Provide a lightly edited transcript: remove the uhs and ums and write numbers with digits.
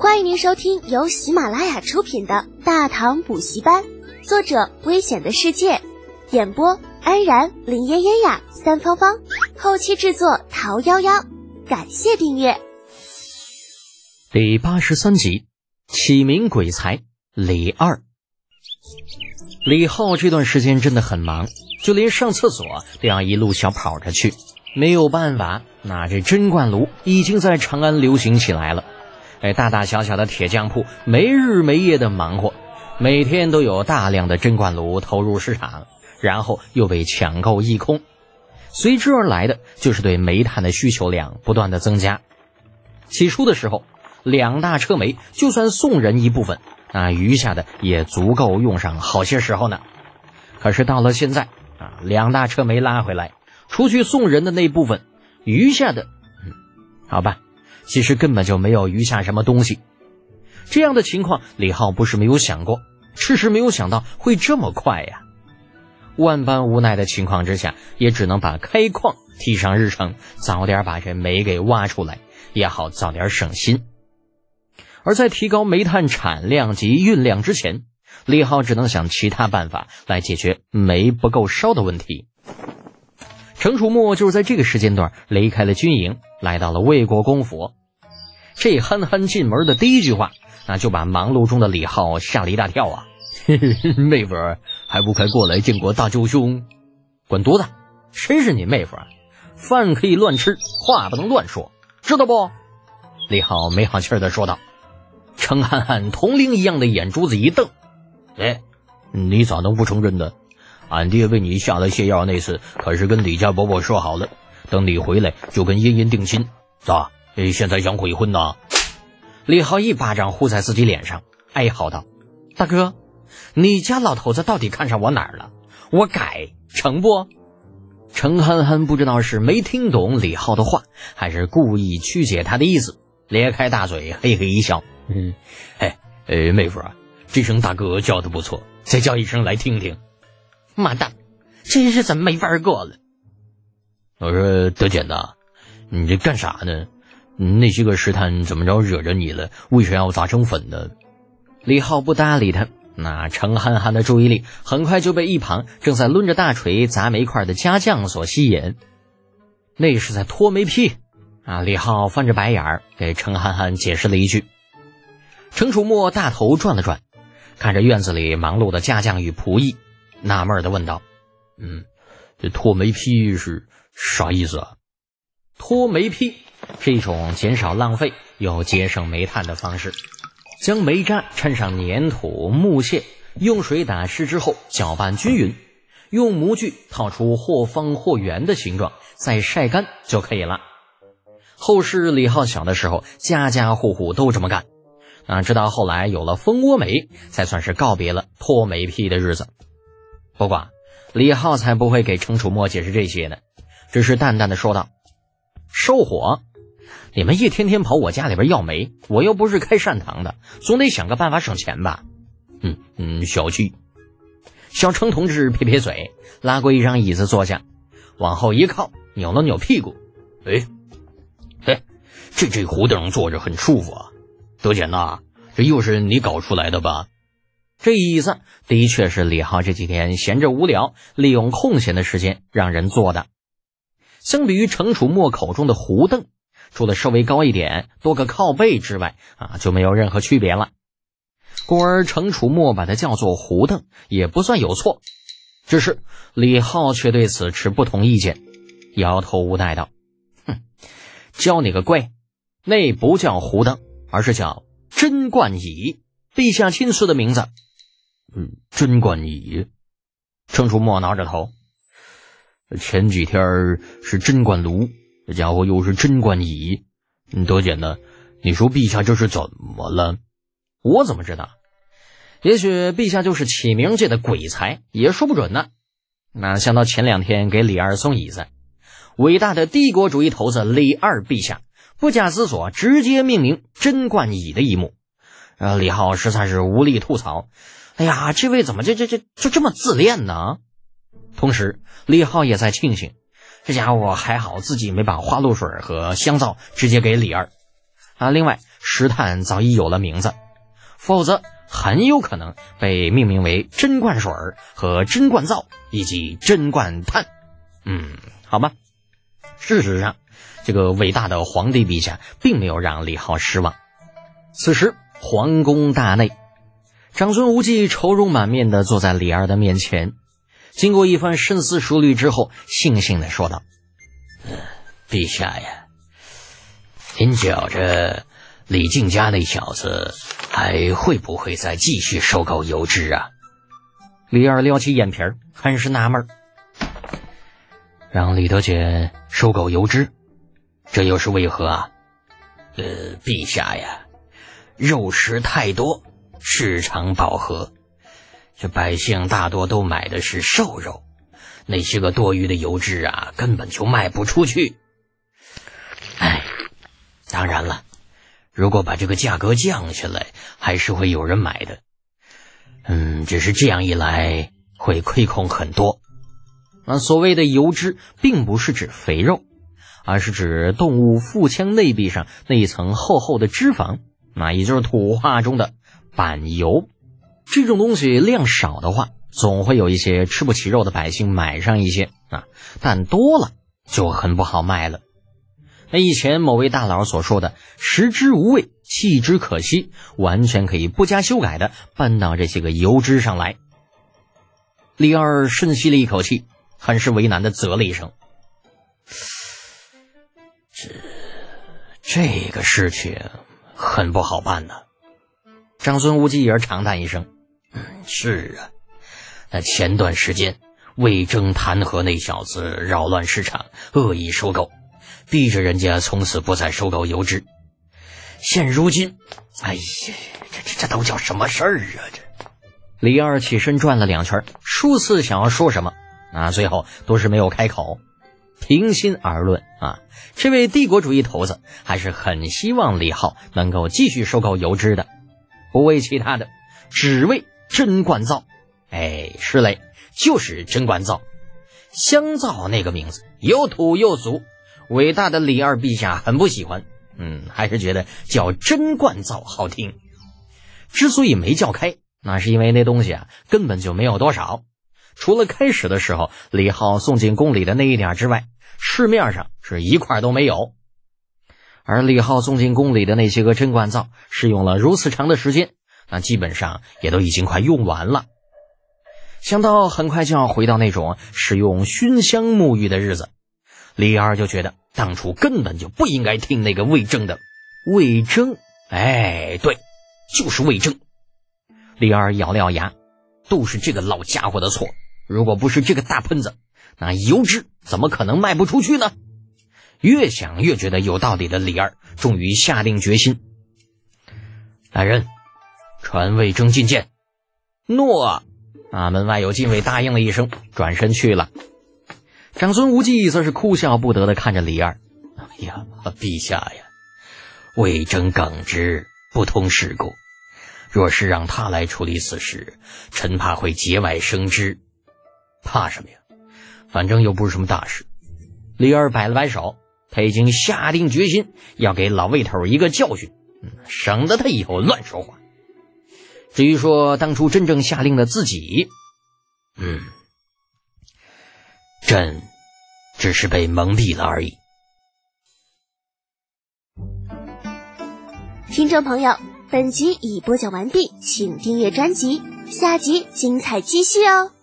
欢迎您收听由喜马拉雅出品的《大唐补习班》，作者危险的世界，演播安然、林嫣嫣呀、三芳芳，后期制作桃夭夭。感谢订阅。 第83集，启明鬼才李二。李浩这段时间真的很忙，就连上厕所都要一路小跑着去。没有办法，那这针灌炉已经在长安流行起来了。大大小小的铁匠铺没日没夜的忙活，每天都有大量的针灌炉投入市场，然后又被抢购一空。随之而来的就是对煤炭的需求量不断的增加。起初的时候，2大车煤就算送人一部分，那余下的也足够用上好些时候呢。可是到了现在2大车煤拉回来，除去送人的那部分，余下的好吧，其实根本就没有余下什么东西。这样的情况李浩不是没有想过，只是没有想到会这么快呀。万般无奈的情况之下，也只能把开矿提上日程，早点把这煤给挖出来，也好早点省心。而在提高煤炭产量及运量之前，李浩只能想其他办法来解决煤不够烧的问题。程楚墨就是在这个时间段离开了军营，来到了魏国公府。这憨憨进门的第一句话，那就把忙碌中的李浩吓了一大跳啊！妹夫还不快过来见过大舅兄？滚犊子！谁是你妹夫啊？饭可以乱吃，话不能乱说，知道不？李浩没好气地说道。程憨憨铜铃一样的眼珠子一瞪，你咋能不承认呢？俺爹为你下了泻药那次可是跟李家伯伯说好了，等你回来就跟茵茵定亲，咋现在想悔婚呢？李浩一巴掌呼在自己脸上，哀嚎道：大哥，你家老头子到底看上我哪儿了？我改成不？程憨憨不知道是没听懂李浩的话，还是故意曲解他的意思，咧开大嘴嘿嘿一笑。妹夫啊，这声大哥叫的不错，再叫一声来听听。妈蛋，这是怎么没法过了？我说德简呐，你这干啥呢？那些个石炭怎么着惹着你了？为啥要砸成粉呢？李浩不搭理他，那程憨憨的注意力很快就被一旁正在抡着大锤砸煤块的家将所吸引。那是在拖煤坯李浩翻着白眼儿给程憨憨解释了一句。程楚墨大头转了转，看着院子里忙碌的家将与仆役，纳闷地问道：这拖煤坯是啥意思啊？拖煤坯是一种减少浪费又节省煤炭的方式，将煤渣掺上粘土、木屑，用水打湿之后搅拌均匀，用模具套出或方或圆的形状，再晒干就可以了。后世李浩小的时候，家家户户都这么干，直到后来有了蜂窝煤，才算是告别了拖煤坯的日子。不过李浩才不会给程楚墨解释这些呢，只是淡淡的说道：收火，你们一天天跑我家里边要煤，我又不是开善堂的，总得想个办法省钱吧。小气。小程同志撇撇嘴，拉过一张椅子坐下，往后一靠，扭了扭屁股。这胡凳坐着很舒服啊。德简呐，这又是你搞出来的吧？这椅子的确是李浩这几天闲着无聊，利用空闲的时间让人坐的。相比于程楚墨口中的胡凳，除了稍微高一点多个靠背之外就没有任何区别了。故而程楚墨把它叫做胡凳也不算有错，只是李浩却对此持不同意见，摇头无奈道：教你个乖，那不叫胡凳，而是叫贞观椅，陛下亲赐的名字。贞观椅。程楚墨挠着头，前几天是贞观炉，这家伙又是贞观椅。德简呢，你说陛下这是怎么了？我怎么知道？也许陛下就是启明界的鬼才，也说不准呢。那想到前2天给李二送椅子，伟大的帝国主义头子李二陛下不假思索直接命名贞观椅的一幕，李浩实在是无力吐槽，这位怎么就这么自恋呢？同时李浩也在庆幸，这家伙还好自己没把花露水和香皂直接给李二另外石炭早已有了名字，否则很有可能被命名为针灌水和针灌皂以及针灌炭。好吧。事实上，这个伟大的皇帝陛下并没有让李浩失望。此时皇宫大内，长孙无忌愁容满面地坐在李二的面前，经过一番深思熟虑之后，悻悻地说道：陛下呀，您觉着李靖家那小子还会不会再继续收购油脂啊？李二撩起眼皮儿，很是纳闷。让李德简收购油脂，这又是为何啊？陛下呀，肉食太多，市场饱和，这百姓大多都买的是瘦肉，那些个多余的油脂啊，根本就卖不出去。当然了，如果把这个价格降下来，还是会有人买的。只是这样一来会亏空很多。所谓的油脂并不是指肥肉，而是指动物腹腔内壁上那一层厚厚的脂肪，也就是土话中的板油。这种东西量少的话，总会有一些吃不起肉的百姓买上一些但多了就很不好卖了。那以前某位大佬所说的食之无味，弃之可惜，完全可以不加修改的搬到这些个油脂上来。李二深吸了一口气，很是为难的啧了一声。这个事情很不好办呢。长孙无忌也是长叹一声。是啊，那前段时间魏征弹劾那小子扰乱市场，恶意收购，逼着人家从此不再收购油脂。现如今，这都叫什么事儿啊？这李二起身转了两圈，数次想要说什么，最后都是没有开口。平心而论这位帝国主义头子还是很希望李浩能够继续收购油脂的，不为其他的，只为针灌皂。是嘞，就是针灌皂。香皂那个名字又土又俗，伟大的李二陛下很不喜欢，还是觉得叫针灌皂好听。之所以没叫开，那是因为那东西根本就没有多少，除了开始的时候李浩送进宫里的那一点之外，市面上是一块都没有。而李浩送进宫里的那些个针灌皂是用了如此长的时间，那基本上也都已经快用完了。想到很快就要回到那种使用熏香沐浴的日子，李二就觉得当初根本就不应该听那个魏征的。魏征，对，就是魏征。李二咬了咬牙，都是这个老家伙的错，如果不是这个大喷子，那油脂怎么可能卖不出去呢？越想越觉得有道理的李二终于下定决心。来人，传魏征觐见。诺。门外有禁卫答应了一声，转身去了。长孙无忌则是哭笑不得地看着李二。陛下呀，魏征耿直，不通世故，若是让他来处理此事，臣怕会节外生枝。怕什么呀？反正又不是什么大事。李二摆了摆手，他已经下定决心要给老魏头一个教训，省得他以后乱说话。至于说当初真正下令的自己，朕只是被蒙蔽了而已。 听众朋友，本集已播讲完毕，请订阅专辑，下集精彩继续哦。